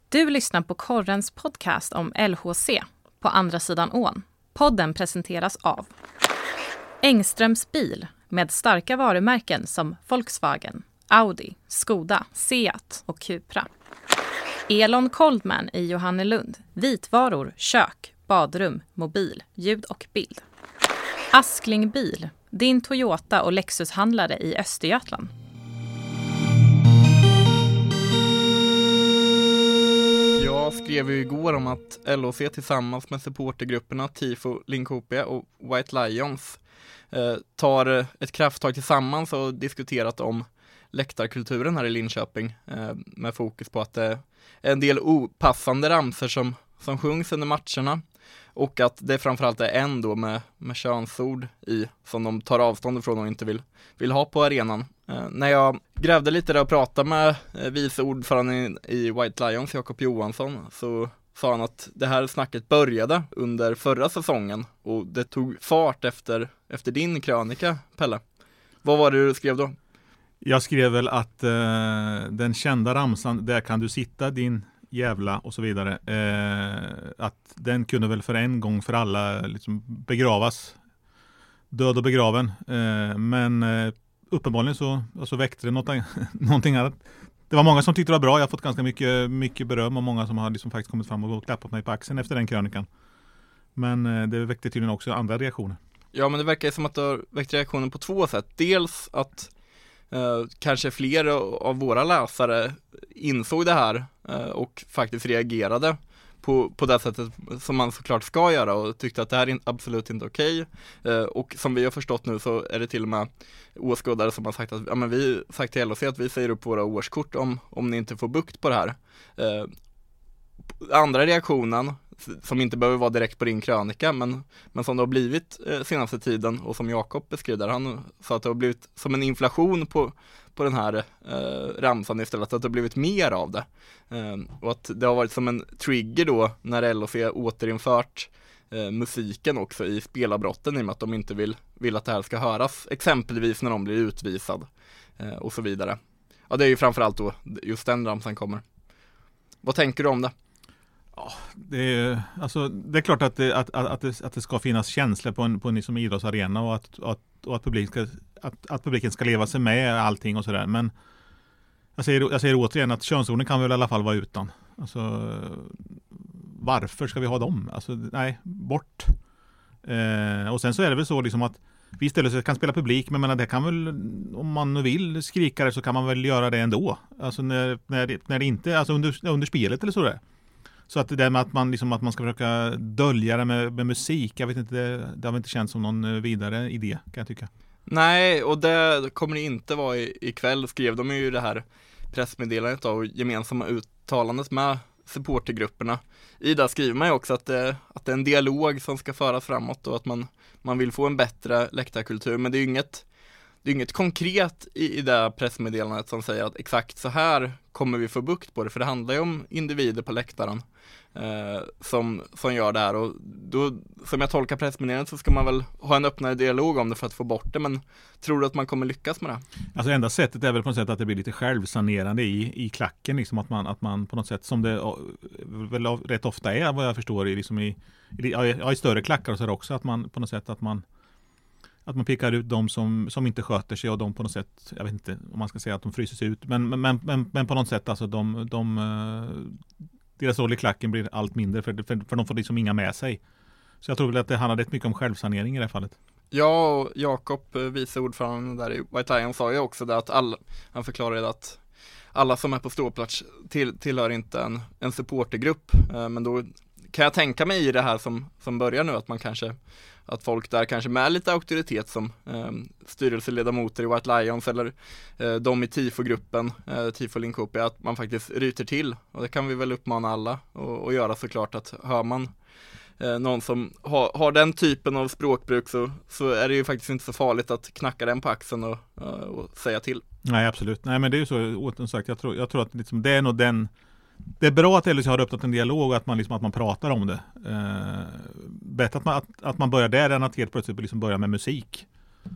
Du lyssnar på Korrens podcast om LHC på andra sidan ån. Podden presenteras av Engströms bil med starka varumärken som Volkswagen, Audi, Skoda, Seat och Cupra. Elon Coldman i Johannelund. Vitvaror, kök, badrum, mobil, ljud och bild. Askling bil. Din Toyota och Lexus-handlare i Östergötland. Jag skrev ju igår om att LHC tillsammans med supportergrupperna Tifo, Linkopia och White Lions tar ett krafttag tillsammans och diskuterat om läktarkulturen här i Linköping med fokus på att det är en del opassande ramser som sjungs under matcherna och att det framförallt är en då med könsord i som de tar avstånd ifrån och inte vill ha på arenan. När jag grävde lite där och pratade med vice ordföranden i White Lions, Jakob Johansson, så sa han att det här snacket började under förra säsongen och det tog fart efter din krönika, Pelle. Vad var det du skrev då? Jag skrev väl att den kända ramsan, där kan du sitta din jävla och så vidare, att den kunde väl för en gång för alla liksom begravas, död och begraven, men uppenbarligen så väckte det någonting annat. Det var många som tyckte det var bra. Jag har fått ganska mycket beröm och många som har liksom faktiskt kommit fram och klappat mig på axeln efter den krönikan. Men det väckte tydligen också andra reaktioner. Ja, men det verkar som att det har väckt reaktioner på två sätt. Dels att kanske fler av våra läsare insåg det här och faktiskt reagerade på det sättet som man såklart ska göra och tyckte att det här är absolut inte okej. Och som vi har förstått nu så är det till och med åskådare som har sagt att ja, men vi sagt till LHC att vi säger upp våra årskort om ni inte får bukt på det här. Andra reaktionen som inte behöver vara direkt på din krönika men som det har blivit senaste tiden och som Jakob beskrev där, han sa att det har blivit som en inflation på den här ramsan istället, att det har blivit mer av det och att det har varit som en trigger då när LHC återinfört musiken också i spelavbrotten i och med att de inte vill att det här ska höras, exempelvis när de blir utvisad och så vidare. Ja, det är ju framförallt då just den ramsan kommer. Vad tänker du om det? Ja, det är klart att det ska finnas känslor på en liksom idrottsarena och att publiken ska leva sig med allting och sådär. Men jag säger återigen att könsorden kan vi väl i alla fall vara utan. Alltså, varför ska vi ha dem? Alltså, nej, bort. Och sen så är det väl så liksom att vi istället kan spela publik, men det kan väl, om man vill skrika det så kan man väl göra det ändå. Alltså när det inte, alltså under spelet eller sådär. Så att det där med att man ska försöka dölja det med musik, jag vet inte, det har väl inte känts som någon vidare idé, kan jag tycka. Nej, och det kommer det inte vara ikväll, skrev de ju det här pressmeddelandet och gemensamma uttalandet med supportergrupperna. I det skriver man ju också att det är en dialog som ska föras framåt och att man vill få en bättre läktarkultur, men det är ju inget konkret i det pressmeddelandet som säger att exakt så här kommer vi få bukt på det, för det handlar ju om individer på läktaren som gör det här, och då, som jag tolkar pressmeddelandet, så ska man väl ha en öppnare dialog om det för att få bort det, men tror du att man kommer lyckas med det? Alltså enda sättet är väl på något sätt att det blir lite självsanerande i klacken, liksom att man på något sätt, som det väl rätt ofta är vad jag förstår liksom i större klackar och så är det också, att man på något sätt att man pekar ut de som inte sköter sig och de på något sätt, jag vet inte om man ska säga att de fryses ut, men på något sätt alltså deras roll i klacken blir allt mindre för de får liksom inga med sig. Så jag tror väl att det handlar rätt mycket om självsanering i det här fallet. Ja, och Jakob, vice ordförande där i White Lion, sa ju också det att han förklarade att alla som är på ståplats tillhör inte en supportergrupp, men då kan jag tänka mig i det här som börjar nu att folk där kanske med lite auktoritet som styrelseledamoter i White Lions eller de i Tifo-gruppen, Tifo Linkopia, att man faktiskt ryter till. Och det kan vi väl uppmana alla och göra såklart, att hör man någon som har den typen av språkbruk så är det ju faktiskt inte så farligt att knacka den på axeln och säga till. Nej, absolut. Nej, men det är ju så, återigen sagt, jag tror att liksom det är nog det är bra att LHC har öppnat en dialog och att man pratar om det. Bättre att man börjar där än att helt plötsligt liksom börja med musik.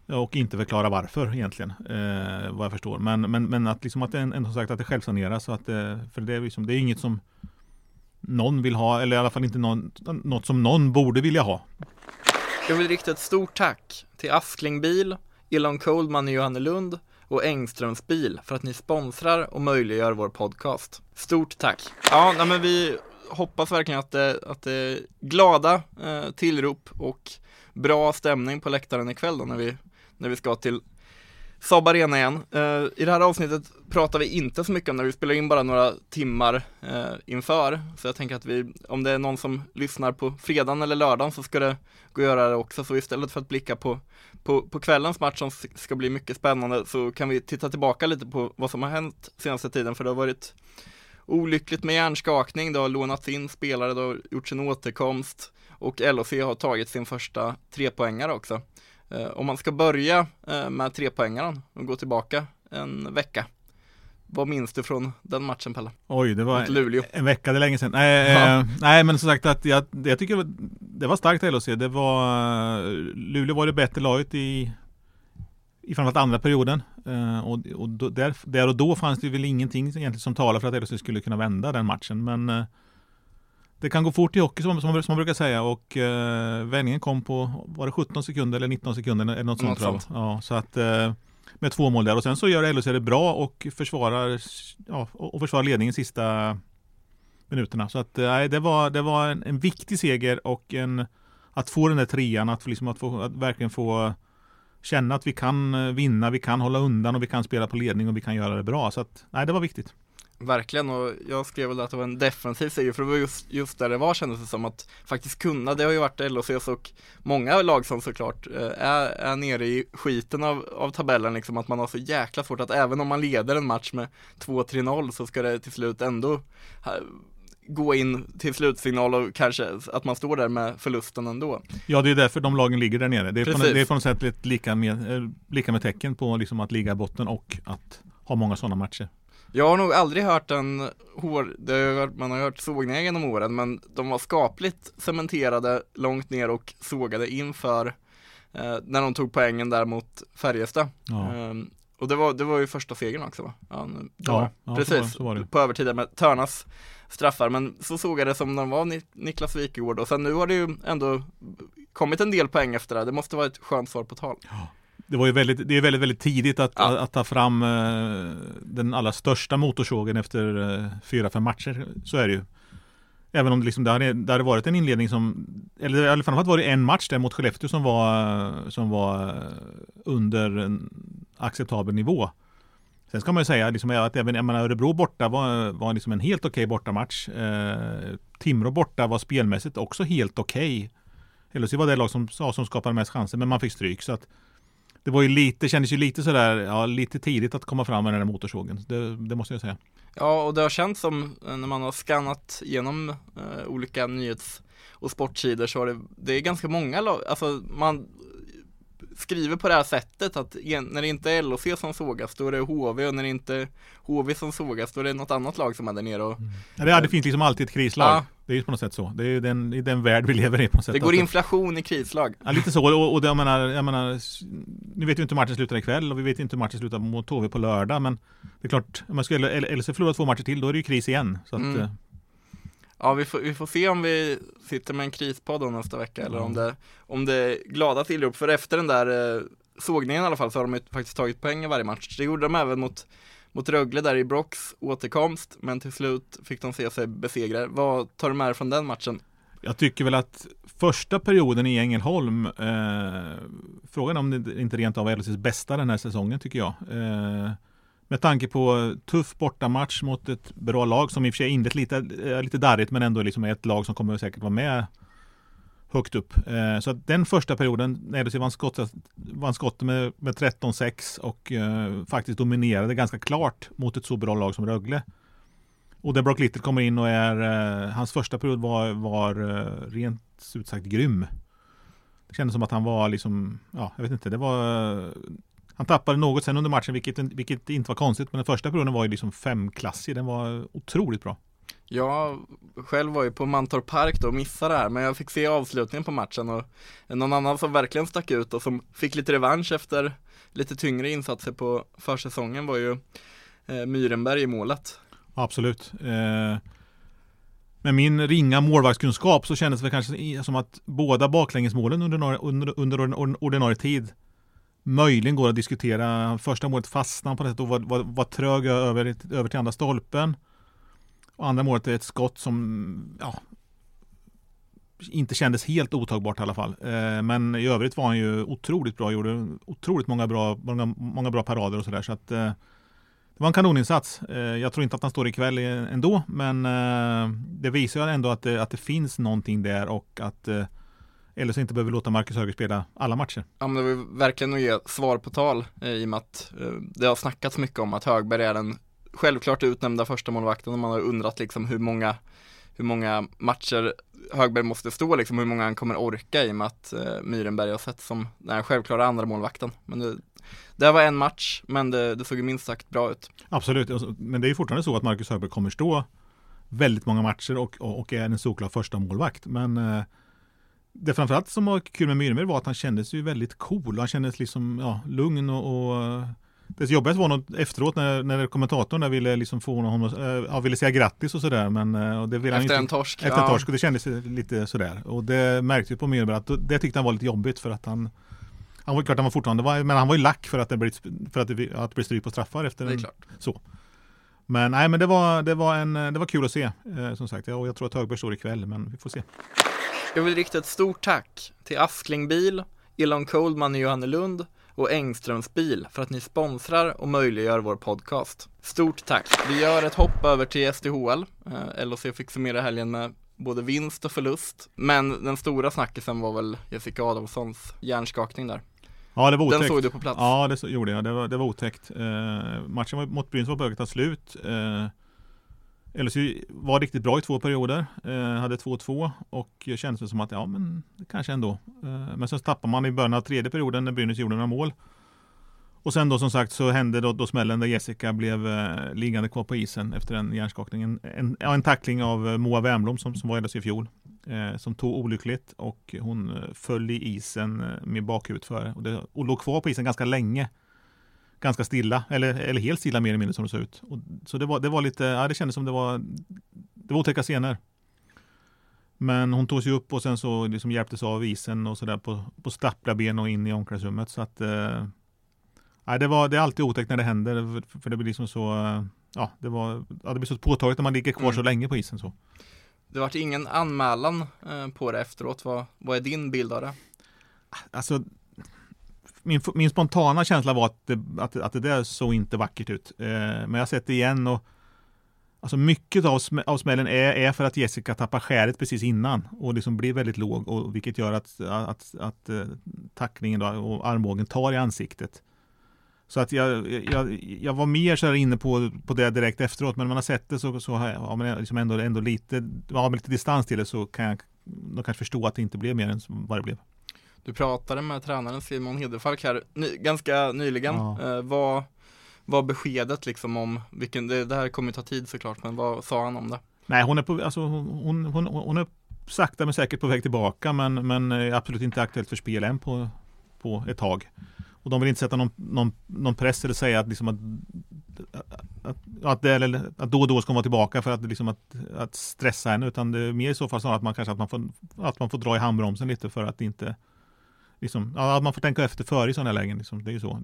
och inte förklara varför egentligen, vad jag förstår. Men att liksom att det ändå sagt att det självsaneras, så att för det är liksom, det är inget som någon vill ha, eller i alla fall inte något som någon borde vilja ha. Jag vill rikta ett stort tack till Askling Bil, Elon Coldman i Johannelund och Engströms Bil för att ni sponsrar och möjliggör vår podcast. Stort tack! Ja, men vi hoppas verkligen att det är glada tillrop och bra stämning på läktaren ikväll då, när vi ska till Saab Arena igen. I det här avsnittet pratar vi inte så mycket om när vi spelar in bara några timmar inför. Så jag tänker att om det är någon som lyssnar på fredagen eller lördagen så ska det gå att göra det också. Så istället för att blicka på kvällens match som ska bli mycket spännande, så kan vi titta tillbaka lite på vad som har hänt senaste tiden. För det har varit olyckligt med hjärnskakning, det har lånats in spelare, det har gjort sin återkomst och LHC har tagit sin första 3-poängare också. Om man ska börja med 3-poängaren och gå tillbaka en vecka, vad minns du från den matchen, Pelle? Oj, det var en vecka, det är länge sedan. Nej, men som sagt att jag tycker det var starkt LHC. Det var Luleå var det bättre laget i framförallt andra perioden. Och där och då fanns det väl ingenting egentligen som talar för att LHC skulle kunna vända den matchen. Men det kan gå fort i hockey som man brukar säga, och vändningen kom på, var det 17 sekunder eller 19 sekunder eller något sånt, tror jag. Ja, så att med 2 mål där, och sen så gör LHC det bra och försvarar ledningen sista minuterna. Så att det var en viktig seger, och att få den där 3:an, att verkligen få känna att vi kan vinna, vi kan hålla undan och vi kan spela på ledning och vi kan göra det bra. Så att det var viktigt. Verkligen, och jag skrev väl att det var en defensiv seger, för det var just där det var, kändes det som att faktiskt kunna. Det har ju varit LHC och många lag som såklart är nere i skiten av tabellen liksom, att man har så jäkla svårt att även om man leder en match med 2-3-0 så ska det till slut ändå gå in till slutsignal och kanske att man står där med förlusten ändå. Ja, det är därför de lagen ligger där nere. Det är på något sätt lika med tecken på liksom att ligga i botten och att ha många sådana matcher. Jag har nog aldrig hört man har hört sågningar genom åren, men de var skapligt cementerade långt ner och sågade inför när de tog poängen där mot Färjestad. Ja. Och det var ju första segern också, va? Ja, precis. Så var det. På övertid med Törnas straffar, men så sågade det som de var Niklas Wikegård, och sen nu har det ju ändå kommit en del poäng efter det. Det måste vara ett skönt svar på tal. Ja. Det är väldigt, väldigt tidigt att ta fram den allra största motorsågen efter 4-5 matcher. Så är det ju. Även om det hade varit en inledning eller i alla fall var det en match där mot Skellefteå som var under en acceptabel nivå. Sen ska man ju säga att även Örebro borta var liksom en helt okej bortamatch. Timrå borta var spelmässigt också helt okej. Eller så var det lag som skapade mest chanser, men man fick stryk, så att det var ju kändes ju lite sådär, lite tidigt att komma fram med den här motorsågen. Det måste jag säga. Ja, och det har känts som när man har skannat igenom olika nyhets- och sportsidor, så det är ganska många lag. Alltså man skriver på det här sättet att när det inte är LHC som sågas, då är det HV, och när det inte är HV som sågas, då är det något annat lag som är där nere. Och, det finns liksom alltid ett krislag. Ja. Det är ju på något sätt så. Det är ju den värld vi lever i på något sätt. Det går inflation i krislag. Ja, lite så. Och jag menar, nu vet vi inte hur matchen slutar ikväll, och vi vet inte hur matchen slutar mot HV på lördag, men det är klart, om man skulle LHC förlora 2 matcher till, då är det ju kris igen. Så att, ja, vi får se om vi sitter med en krispodd då nästa vecka, eller om det är glada tillrop. För efter den där sågningen i alla fall, så har de faktiskt tagit poäng i varje match. Det gjorde de även mot Rögle där i Brocks återkomst, men till slut fick de se sig besegra. Vad tar du med från den matchen? Jag tycker väl att första perioden i Ängelholm, frågan om det inte rent av var LHC:s bästa den här säsongen, tycker jag. Med tanke på tuff bortamatch mot ett bra lag som i och för sig inlett lite darrigt, men ändå liksom är ett lag som kommer säkert vara med högt upp. Så att den första perioden när LHC vann skott med 13-6 och faktiskt dominerade ganska klart mot ett så bra lag som Rögle. Och där Brock Little kommer in och hans första period var rent ut sagt grym. Det kändes som att han var liksom, jag vet inte, han tappade något sen under matchen, vilket inte var konstigt, men den första perioden var ju liksom 5-klassig. Den var otroligt bra. Jag själv var ju på Mantorp Park då och missade det här, men jag fick se avslutningen på matchen, och någon annan som verkligen stack ut och som fick lite revansch efter lite tyngre insatser på försäsongen var ju Myrenberg i målet. Absolut. Med min ringa målvaktskunskap så kändes det kanske som att båda baklängesmålen under ordinarie tid möjligen går att diskutera. Första målet fastnade på det sättet och var trög över till andra stolpen. Och andra målet är ett skott som inte kändes helt otagbart i alla fall. Men i övrigt var han ju otroligt bra. Gjorde otroligt många bra parader och sådär. Så att det var en kanoninsats. Jag tror inte att han står ikväll ändå. Men det visar ändå att det finns någonting där och att LHC inte behöver låta Marcus Högberg spela alla matcher. Ja, men det var verkligen att ge svar på tal i och med att det har snackats mycket om att Högberg är den självklart utnämnda första målvakten, och man har undrat liksom hur många matcher Högberg måste stå, liksom hur många han kommer orka, i och med att Myrenberg har sett som den självklara andra målvakten. Men det var en match, men det såg ju minst sagt bra ut. Absolut, men det är ju fortfarande så att Marcus Högberg kommer stå väldigt många matcher och är en såklart första målvakt. Men det framförallt som var kul med Myrenberg var att han kändes ju väldigt cool. Han kändes liksom lugn och det jobbigaste var nog efteråt när kommentatorn där ville liksom få honom ville säga grattis och sådär, men och det ville efter han en torsk. Efter en torsk, och det kändes lite sådär. Och det märkte ju på Myrenberg att det tyckte han var lite jobbigt, för att han var klart, han var fortfarande, men han var ju lack för att det blev stryk på straffar efter en, så. Men nej, men det var kul att se, som sagt. Och jag tror att Högberg står ikväll, men vi får se. Jag vill rikta ett stort tack till Askling Bil, Elon Coldman i Johannelund och Engströms Bil för att ni sponsrar och möjliggör vår podcast. Stort tack! Vi gör ett hopp över till SDHL. LHC fick summera helgen med både vinst och förlust. Men den stora snackisen var väl Jessica Adolfssons hjärnskakning där. Ja, det var otäckt. Den såg du på plats. Ja, det gjorde jag. Det var otäckt. Matchen mot Brynäs var på väg att ta slut. LHC var riktigt bra i 2 perioder. Hade 2-2 och kändes som att men kanske ändå. Men sen tappade man i början av 3:e perioden när Brynäs gjorde några mål. Och sen då som sagt så hände då smällen där Jessica blev liggande kvar på isen efter en hjärnskakning. En tackling av Moa Wernbloom som var LHC i fjol. Som tog olyckligt och hon föll i isen med bakhuvudet före. Och låg kvar på isen ganska länge. Ganska stilla, eller helt stilla mer eller mindre som det såg ut. Så det var lite, det kändes som det var otäcka scener. Men hon tog sig upp och sen så liksom hjälptes av isen och sådär på stappla ben och in i omklädningsrummet. Så att det är alltid otäckt när det händer, för det blir liksom så, det blir så påtagligt när man ligger kvar så länge på isen så. Det var ingen anmälan på det efteråt. Vad är din bild av det? Alltså, min spontana känsla var att det där såg inte vackert ut. Men jag har sett det igen och alltså mycket av smällen är för att Jessica tappar skäret precis innan och liksom blir väldigt låg, och vilket gör att tacklingen då, och armbågen tar i ansiktet. Så att jag var mer så här inne på det direkt efteråt, men när man har sett det så har man liksom ändå lite distans till det, så kan jag kanske förstå att det inte blev mer än vad det blev. Du pratade med tränaren Simon Hedefalk här ganska nyligen. Ja. Vad beskedet liksom om det här kommer ta tid såklart, men vad sa han om det? Nej, hon är sakta men säkert på väg tillbaka, men absolut inte aktuellt för spel än på ett tag. Och de vill inte sätta någon press eller säga att liksom att då och då ska man vara tillbaka för att liksom att stressa henne, utan det är mer i så fall snarare att man får dra i handbromsen lite för att inte liksom, att man får tänka efter före i sådana lägen liksom. Det är ju så.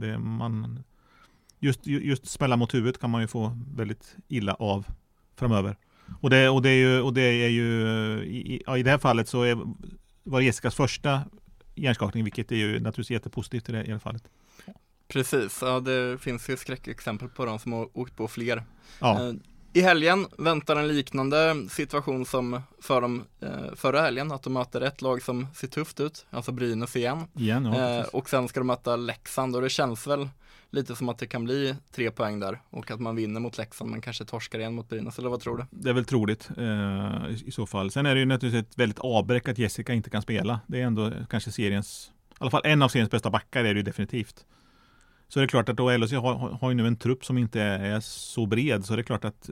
Just smälla mot huvudet kan man ju få väldigt illa av framöver. Och det är ju i det här fallet så var Jessicas första hjärnskakning, vilket är ju naturligtvis jättepositivt i det här fallet. Precis, ja, det finns ju skräckexempel på dem som har åkt på fler. Ja. I helgen väntar en liknande situation som för dem förra helgen, att de möter ett lag som ser tufft ut, alltså Brynäs igen. Ja, och sen ska de möta Leksand, och det känns väl lite som att det kan bli 3 poäng där och att man vinner mot Leksand men kanske torskar igen mot Brynäs, eller vad tror du? Det är väl troligt i så fall. Sen är det ju naturligtvis ett väldigt avbräck att Jessica inte kan spela. Det är ändå kanske i alla fall en av seriens bästa backar är det ju definitivt. Så det är klart att då LHC har ju nu en trupp som inte är så bred, så det är klart att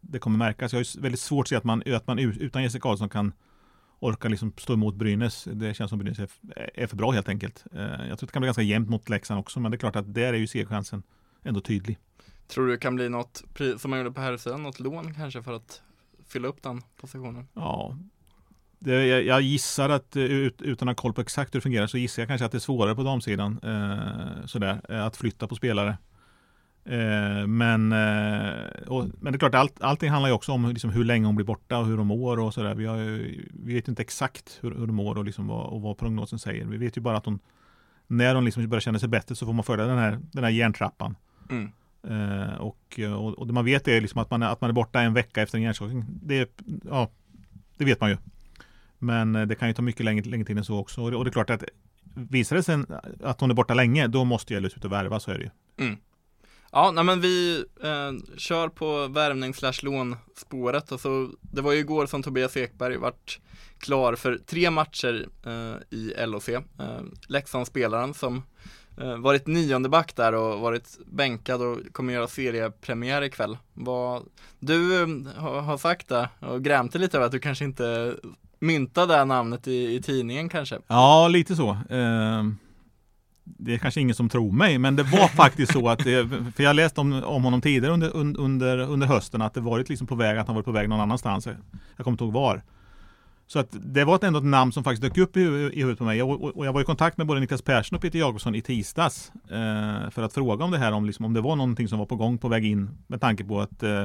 det kommer märkas. Jag har väldigt svårt att se att man utan Jesse Karlsson kan orka liksom stå emot Brynäs. Det känns som Brynäs är för bra helt enkelt. Jag tror att det kan bli ganska jämnt mot Leksand också, men det är klart att där är ju segerchansen ändå tydlig. Tror du det kan bli något, som man gjorde på herrsidan, något lån kanske för att fylla upp den positionen? Ja, jag gissar att utan att ha koll på exakt hur det fungerar så gissar jag kanske att det är svårare på damsidan att flytta på spelare. Men det är klart, allting handlar ju också om liksom hur länge hon blir borta och hur de mår och sådär. Vi vet inte exakt hur de mår och, liksom vad prognosen säger. Vi vet ju bara att när hon liksom börjar känna sig bättre så får man följa den här järntrappan. Mm. Och det man vet är liksom att man är borta en vecka efter en hjärnskakning. Det vet man ju. Men det kan ju ta mycket längre tid än så också. Och det är klart att visar det sig att hon är borta länge, då måste jag ut och värva, så är det ju. Mm. Ja, men vi kör på värvning/lånspåret. Och så, det var ju igår som Tobias Ekberg vart klar för 3 matcher i LHC. Leksandsspelaren som varit 9:e back där och varit bänkad och kommer göra seriepremiär ikväll. Vad du har sagt där och grämte lite över att du kanske inte myntade det namnet i tidningen kanske. Ja, lite så. Det är kanske ingen som tror mig, men det var faktiskt så att för jag läste om honom tidigare under hösten att det varit liksom på väg, att han varit på väg någon annanstans. Jag kommer inte ihåg var. Så att det var ändå ett namn som faktiskt dök upp i huvudet på mig. Och jag var i kontakt med både Niklas Persson och Peter Jakobsson i tisdags för att fråga om det här, om det var någonting som var på väg in, med tanke på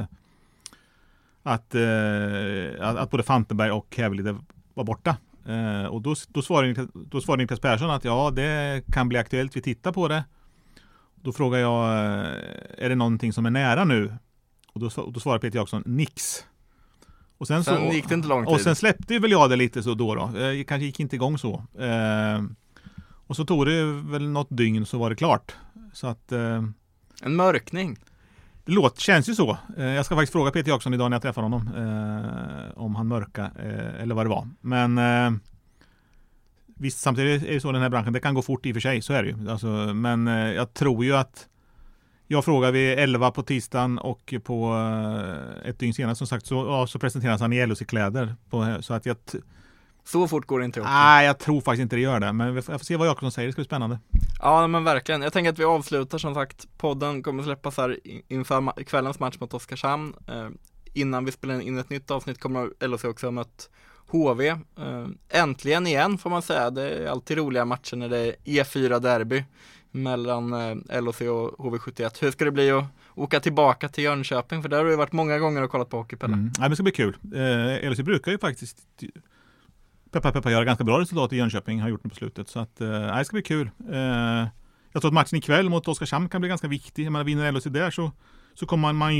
att både Fantenberg och Hävelid var borta. Och då svarade Niklas Persson att ja, det kan bli aktuellt, vi tittar på det. Då frågar jag, är det någonting som är nära nu? Och då svarade Peter Jakobsson, nix. Och sen gick det inte lång tid. Och sen släppte väl jag det lite så då. Kanske gick inte igång så. Och så tog det väl något dygn så var det klart. Så att en mörkning. Det känns ju så. Jag ska faktiskt fråga Peter Jakobsson idag när jag träffar honom om han mörka eller vad det var. Men visst, samtidigt är det så den här branschen. Det kan gå fort i och för sig, så är det ju. Alltså, men jag tror ju att jag frågar vid 11 på tisdagen och på ett dygn senare som sagt så presenteras han i LHC-kläder. Så att så fort går det inte upp. Nej, jag tror faktiskt inte det gör det. Men jag får se vad Jakobsson säger, det ska bli spännande. Ja, men verkligen. Jag tänker att vi avslutar som sagt. Podden kommer släppas här inför kvällens match mot Oskarshamn. Innan vi spelar in ett nytt avsnitt kommer LHC också ha mött HV. Äntligen igen får man säga. Det är alltid roliga matcher när det är E4-derby mellan LHC och HV71. Hur ska det bli att åka tillbaka till Jönköping? För där har det varit många gånger och kollat på hockey, Pelle. Ja, men det ska bli kul. LHC brukar ju faktiskt Peppa göra ganska bra resultat i Jönköping, har gjort det på slutet. Så att det ska bli kul. Jag tror att matchen ikväll mot Oskarshamn kan bli ganska viktig. Om man vinner LHC där så kommer man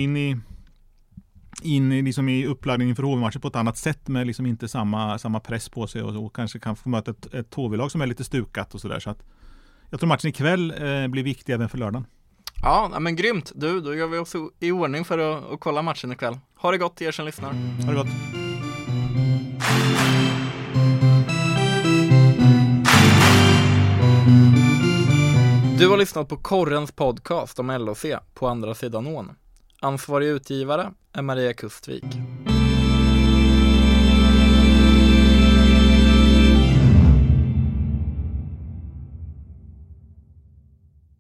in liksom i uppladdningen för HV-matchen på ett annat sätt med liksom inte samma press på sig och kanske kan få möta ett HV-lag som är lite stukat och sådär. Så att jag tror matchen ikväll blir viktig även för lördagen. Ja, men grymt. Då gör vi oss i ordning för att kolla matchen ikväll. Ha det gott till er som lyssnar. Ha det gott. Du har lyssnat på Korrens podcast om LHC på andra sidan ån. Ansvarig utgivare är Maria Kustvik.